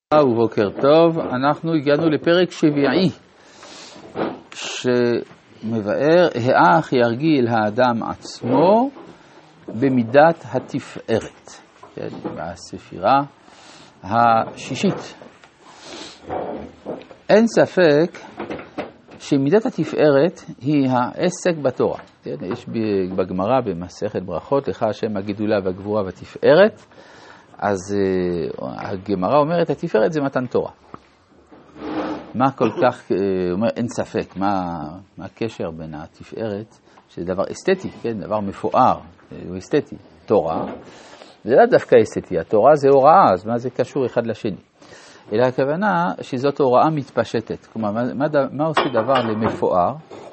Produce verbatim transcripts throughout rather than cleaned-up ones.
ובוקר טוב, אנחנו הגענו לפרק שביעי שמבאר האח ירגיל האדם עצמו במידת התפארת, כן, בספירה השישית. אין ספק שמידת התפארת היא העסק בתורה. כן, יש בגמרא במסכת ברכות לך השם הגדולה והגבורה והתפארת, אז uh, הגמרא אומרת, התפארת זה מתן תורה. מה כל כך, uh, אומר, אין ספק, מה, מה הקשר בין התפארת, שזה דבר אסתטי, כן, דבר מפואר, הוא אסתטי, תורה, זה לא דווקא אסתטי, התורה זה הוראה, אז מה זה קשור אחד לשני? אלא הכוונה שזאת הוראה מתפשטת, כלומר, מה, מה, מה עושה דבר למפואר?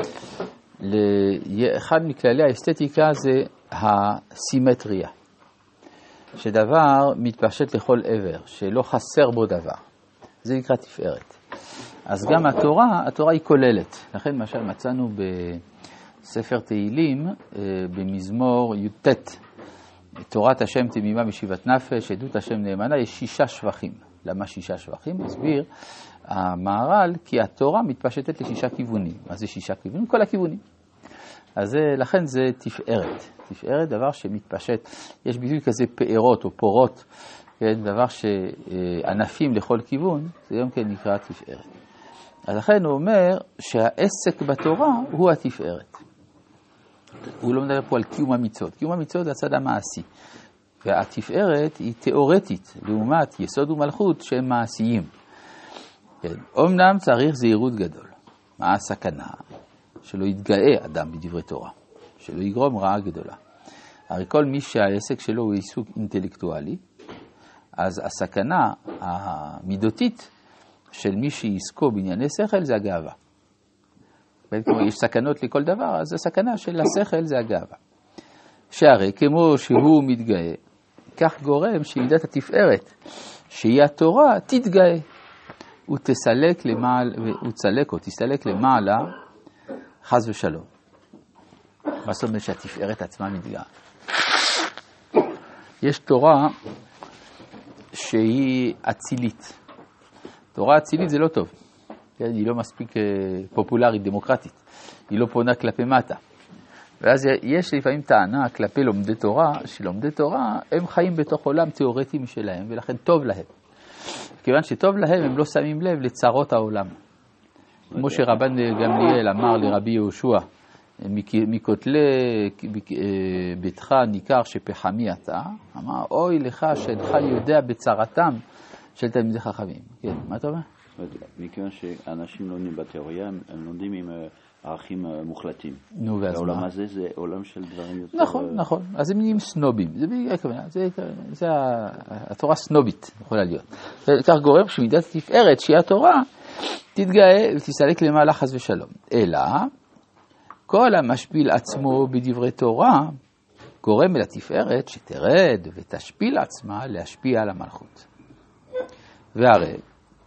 אחד מכללי האסתטיקה זה הסימטריה. שדבר מתפשט לכל עבר, שלא חסר בו דבר. זה נקרא תפארת. אז גם התורה, התורה היא כוללת. לכן למשל מצאנו בספר תהילים, במזמור י"ט, תורת השם תמימה משיבת נפש, עדות השם נאמנה, יש שישה שבחים. למה שישה שבחים? הסביר המהר"ל, כי התורה מתפשטת לשישה כיוונים. מה זה שישה כיוונים? כל הכיוונים. אז לכן זה תפארת. תפארת, דבר שמתפשט, יש ביטוי כזה פארות או פורות, כן, דבר שענפים לכל כיוון, זה גם כן נקרא תפארת. אז לכן הוא אומר שהעסק בתורה הוא התפארת. הוא לא מדבר פה על קיום המצוות. קיום המצוות זה הצד המעשי. והתפארת היא תיאורטית, לעומת יסוד ומלכות שהם מעשיים. כן. אומנם צריך זהירות גדול. מה הסכנה? שלא יתגאה אדם בדברי תורה. שלא יגרום רעה גדולה. הרי כל מי שהעסק שלו הוא עיסוק אינטלקטואלי, אז הסכנה המידותית של מי שעסקו בענייני שכל זה הגאווה. כמו יש סכנות לכל דבר, אז הסכנה של השכל זה הגאווה. שהרי כמו שהוא מתגאה, כך גורם שמידת התפארת, שהיא התורה, תתגאה. הוא תסלק למעלה, הוא תסלק או תסלק למעלה, חס ושלום. מה זאת אומרת שהתפארת עצמה מתגאה? יש תורה שהיא אצילית. תורה אצילית זה לא טוב. היא לא מספיק פופולרית, דמוקרטית. היא לא פונה כלפי מטה. ואז יש לפעמים טענה כלפי לומדי תורה, שלומדי תורה הם חיים בתוך עולם תיאורטי משלהם, ולכן טוב להם. כיוון שטוב להם הם לא שמים לב לצרות העולם. כמו שרבן גמליאל אמר לרבי יהושע, מכותלי ביתך ניכר שפחמי אתה, אמר, אוי לך שאינך יודע בצרתם של תלמידי חכמים. כן, מה אתה אומר? מכיוון שאנשים לומדים בתיאוריה, הם לומדים עם ערכים מוחלטים. נו, ואז מה? העולם הזה זה עולם של דברים יותר... נכון, נכון. אז הם נהיים סנובים. זה הכוונה, זה התורה סנובית, יכולה להיות. וכך גורם שמידת תפארת, שהיא התורה, תתגאה ותסלק למעלה חס ושלום. אלא, כל המשפיל עצמו בדברי תורה, גורם אל התפארת שתרד ותשפיל עצמה להשפיע על המלכות. והרי,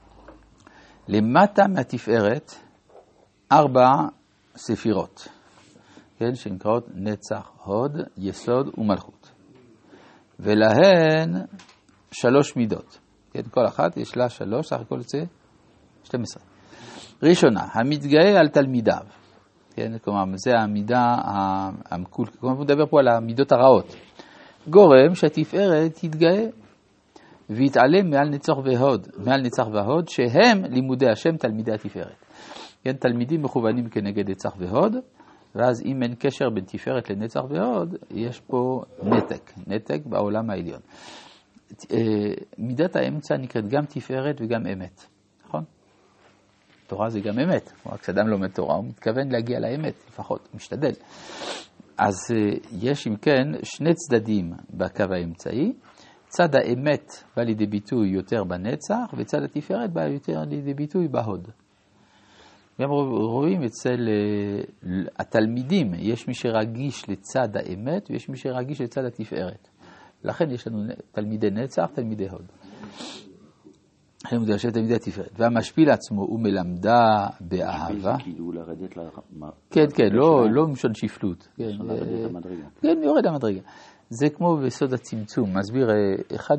למטה מהתפארת, ארבע ספירות, כן, שנקראות נצח, הוד, יסוד ומלכות. ולהן שלוש מידות. כן, כל אחת יש לה שלוש, סך הכל זה שתים עשרה. ראשונה, המתגאה על תלמידיו. כן, כלומר, זה המידה המקול, כלומר, הוא מדבר פה על המידות הרעות. גורם שהתפארת תתגאה ויתעלם מעל נצח והוד, מעל נצח והוד, שהם לימודי השם תלמידי התפארת. כן, תלמידים מכוונים כנגד נצח והוד, ואז אם אין קשר בין תפארת לנצח והוד, יש פה נתק, נתק בעולם העליון. מידת האמצע נקראת גם תפארת וגם אמת, נכון? תורה זה גם אמת, רק כשאדם לומד תורה, הוא מתכוון להגיע לאמת, לפחות, משתדל. אז יש אם כן שני צדדים בקו האמצעי, צד האמת בא לידי ביטוי יותר בנצח, וצד התפארת בא יותר לידי ביטוי בהוד. גם רואים אצל התלמידים, יש מי שרגיש לצד האמת, ויש מי שרגיש לצד התפארת. לכן יש לנו תלמידי נצח, תלמידי הוד. לכן הוא דרשת תלמידי התפארת. והמשפיל עצמו הוא מלמדה באהבה. כאילו לרדת ל... כן, כן, לא משון שפלות. לרדת למדרגה. כן, יורד למדרגה. זה כמו ביסוד הצמצום, מסביר אחד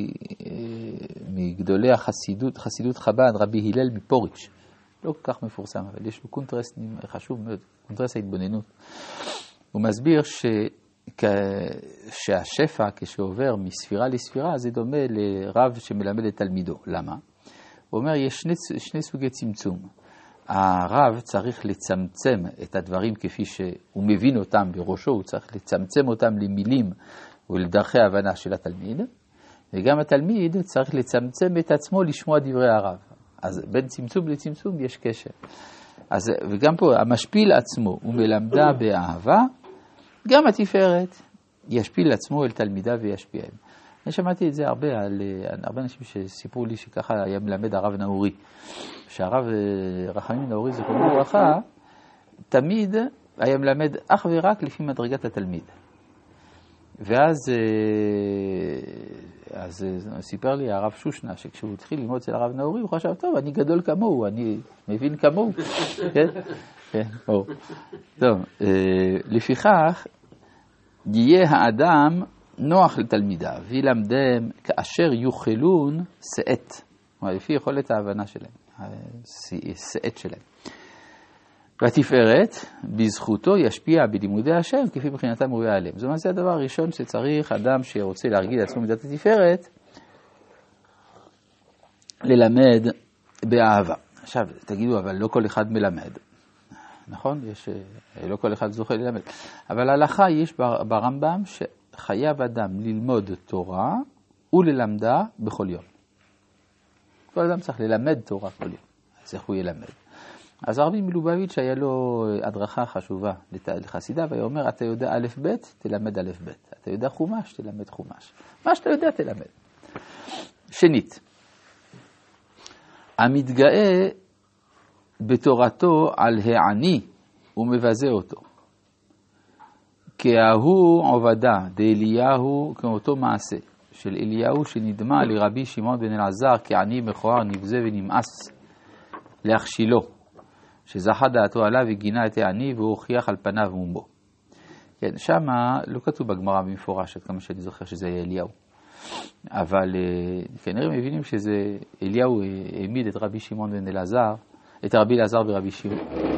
מגדולי החסידות, חסידות חב"ד, רבי הלל מפוריץ', לא כל כך מפורסם, אבל יש לו קונטרס חשוב מאוד, קונטרס ההתבוננות. הוא מסביר ש... שהשפע כשעובר מספירה לספירה זה דומה לרב שמלמד את תלמידו. למה? הוא אומר יש שני, שני סוגי צמצום. הרב צריך לצמצם את הדברים כפי שהוא מבין אותם בראשו, הוא צריך לצמצם אותם למילים ולדרכי ההבנה של התלמיד, וגם התלמיד צריך לצמצם את עצמו לשמוע דברי הרב. אז בין צמצום לצמצום יש קשר. אז, וגם פה המשפיל עצמו הוא מלמדה באהבה, גם התפארת ישפיל עצמו אל תלמידיו וישפיעם. אני שמעתי את זה הרבה על הרבה אנשים שסיפרו לי שככה היה מלמד הרב נאורי. שהרב רחמים נאורי זכרונו לברכה תמיד היה מלמד אך ורק לפי מדרגת התלמיד. ואז אז סיפר לי הרב שושנה שכשהוא התחיל ללמוד אצל הרב נאורי הוא חשב, טוב, אני גדול כמוהו, אני מבין כמוהו. כן? כן, או. טוב, לפיכך יהיה האדם נוח לתלמידיו, וילמדם כאשר יוכלון שאת, כלומר לפי יכולת ההבנה שלהם, שאת שלהם. והתפארת בזכותו ישפיע בלימודי השם כפי מבחינתם ראויה עליהם. זאת אומרת, זה הדבר הראשון שצריך אדם שרוצה להרגיל לעצמו מידת התפארת, ללמד באהבה. עכשיו, תגידו, אבל לא כל אחד מלמד. נכון? יש, לא כל אחד זוכה ללמד. אבל ההלכה יש ברמב"ם שחייב אדם ללמוד תורה וללמדה בכל יום. כל אדם צריך ללמד תורה כל יום. אז איך הוא ילמד? אז הרבי מלובביץ' היה לו הדרכה חשובה לחסידיו, והיה אומר, אתה יודע א' ב', תלמד א' ב'. אתה יודע חומש, תלמד חומש. מה שאתה יודע, תלמד. שנית, המתגאה בתורתו על העני ומבזה אותו. כהוא עובדה דאליהו כאותו מעשה של אליהו שנדמה לרבי שמעון בן אלעזר כעני מכוער נבזה ונמאס להכשילו, שזכה דעתו עליו וגינה את העני והוא הוכיח על פניו מומו. כן, שמה לא כתוב בגמרא במפורש, עד כמה שאני זוכר שזה היה אליהו. אבל כנראה מבינים שזה אליהו העמיד את רבי שמעון בן אלעזר, את רבי אלעזר ורבי שמעון.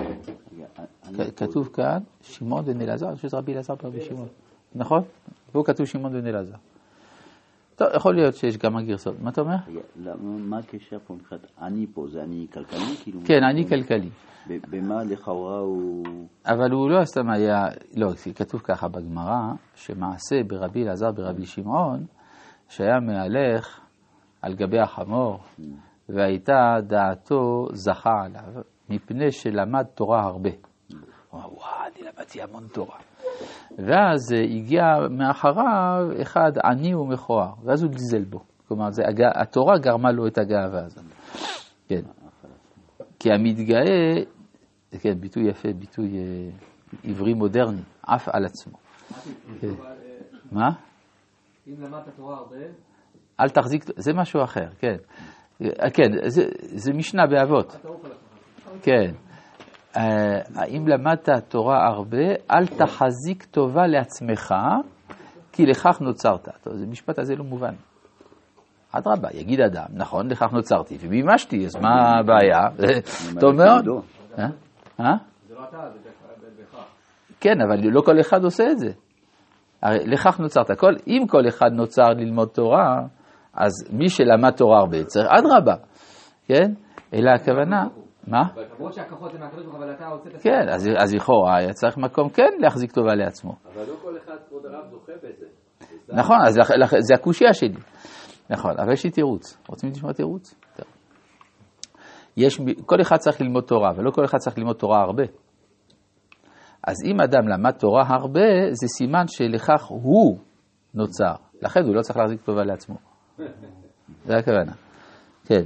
כתוב כאן שמעון בן אלעזר, אני חושב שזה רבי אלעזר ורבי שמעון. נכון? פה כתוב שמעון בן אלעזר. טוב, יכול להיות שיש גם הגרסות. מה אתה אומר? מה הקשר פה מבחינת אני פה? זה אני כלכלי? כן, אני כלכלי. במה לכאורה הוא... אבל הוא לא סתם היה, לא, כתוב ככה בגמרא, שמעשה ברבי אלעזר ברבי שמעון, שהיה מהלך על גבי החמור, והייתה דעתו זכה עליו, מפני שלמד תורה הרבה. הוא אמר, וואו, אני למדתי המון תורה. ואז הגיע מאחריו אחד עני ומכוער, ואז הוא גזל בו. כלומר, זה, התורה גרמה לו את הגאווה הזאת. כן. כי המתגאה, כן, ביטוי יפה, ביטוי עברי מודרני, אף על עצמו. מה? אם למדת תורה הרבה... אל תחזיק, זה משהו אחר, כן. כן, זה, זה משנה באבות. כן. אם למדת תורה הרבה, אל תחזיק טובה לעצמך, כי לכך נוצרת. טוב, זה משפט הזה לא מובן. עד רבה, יגיד אדם, נכון, לכך נוצרתי, ומימשתי, אז מה הבעיה? טוב מאוד. זה לא אתה, זה בך. כן, אבל לא כל אחד עושה את זה. הרי לכך נוצרת. אם כל אחד נוצר ללמוד תורה, אז מי שלמד תורה הרבה צריך, עד רבה. כן? אלא הכוונה... מה? למרות שהכוחות זה מהקדוש ברוך הוא, אבל אתה רוצה... כן, אז לכאורה היה צריך מקום כן להחזיק טובה לעצמו. אבל לא כל אחד כבוד הרב זוכה בזה. נכון, אז זה הקושיה שלי. נכון, אבל יש לי תירוץ. רוצים לשמוע תירוץ? טוב. יש, כל אחד צריך ללמוד תורה, ולא כל אחד צריך ללמוד תורה הרבה. אז אם אדם למד תורה הרבה, זה סימן שלכך הוא נוצר. לכן הוא לא צריך להחזיק טובה לעצמו. זה הכוונה. כן.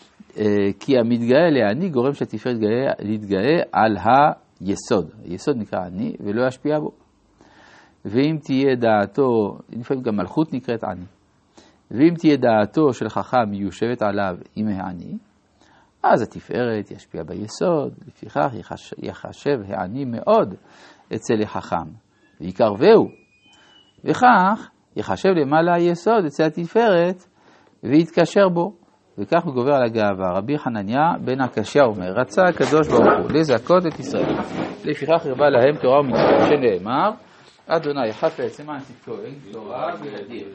כי המתגאה לעני גורם שהתפארת להתגאה על היסוד. היסוד נקרא עני ולא ישפיע בו. ואם תהיה דעתו, לפעמים גם מלכות נקראת עני. ואם תהיה דעתו של חכם מיושבת עליו עם העני, אז התפארת ישפיע ביסוד, לפיכך יחשב העני מאוד אצל החכם. ויקרבהו, וכך יחשב למעלה היסוד אצל התפארת ויתקשר בו, וכך הוא גובר על הגאווה. רבי חנניה בן הקשיא אומר, רצה הקדוש ברוך הוא לזכות את ישראל, לפיכך הרבה להם תורה ומצוות, שנאמר, אדוני חפץ למען צדקו, אין תורה וילדים.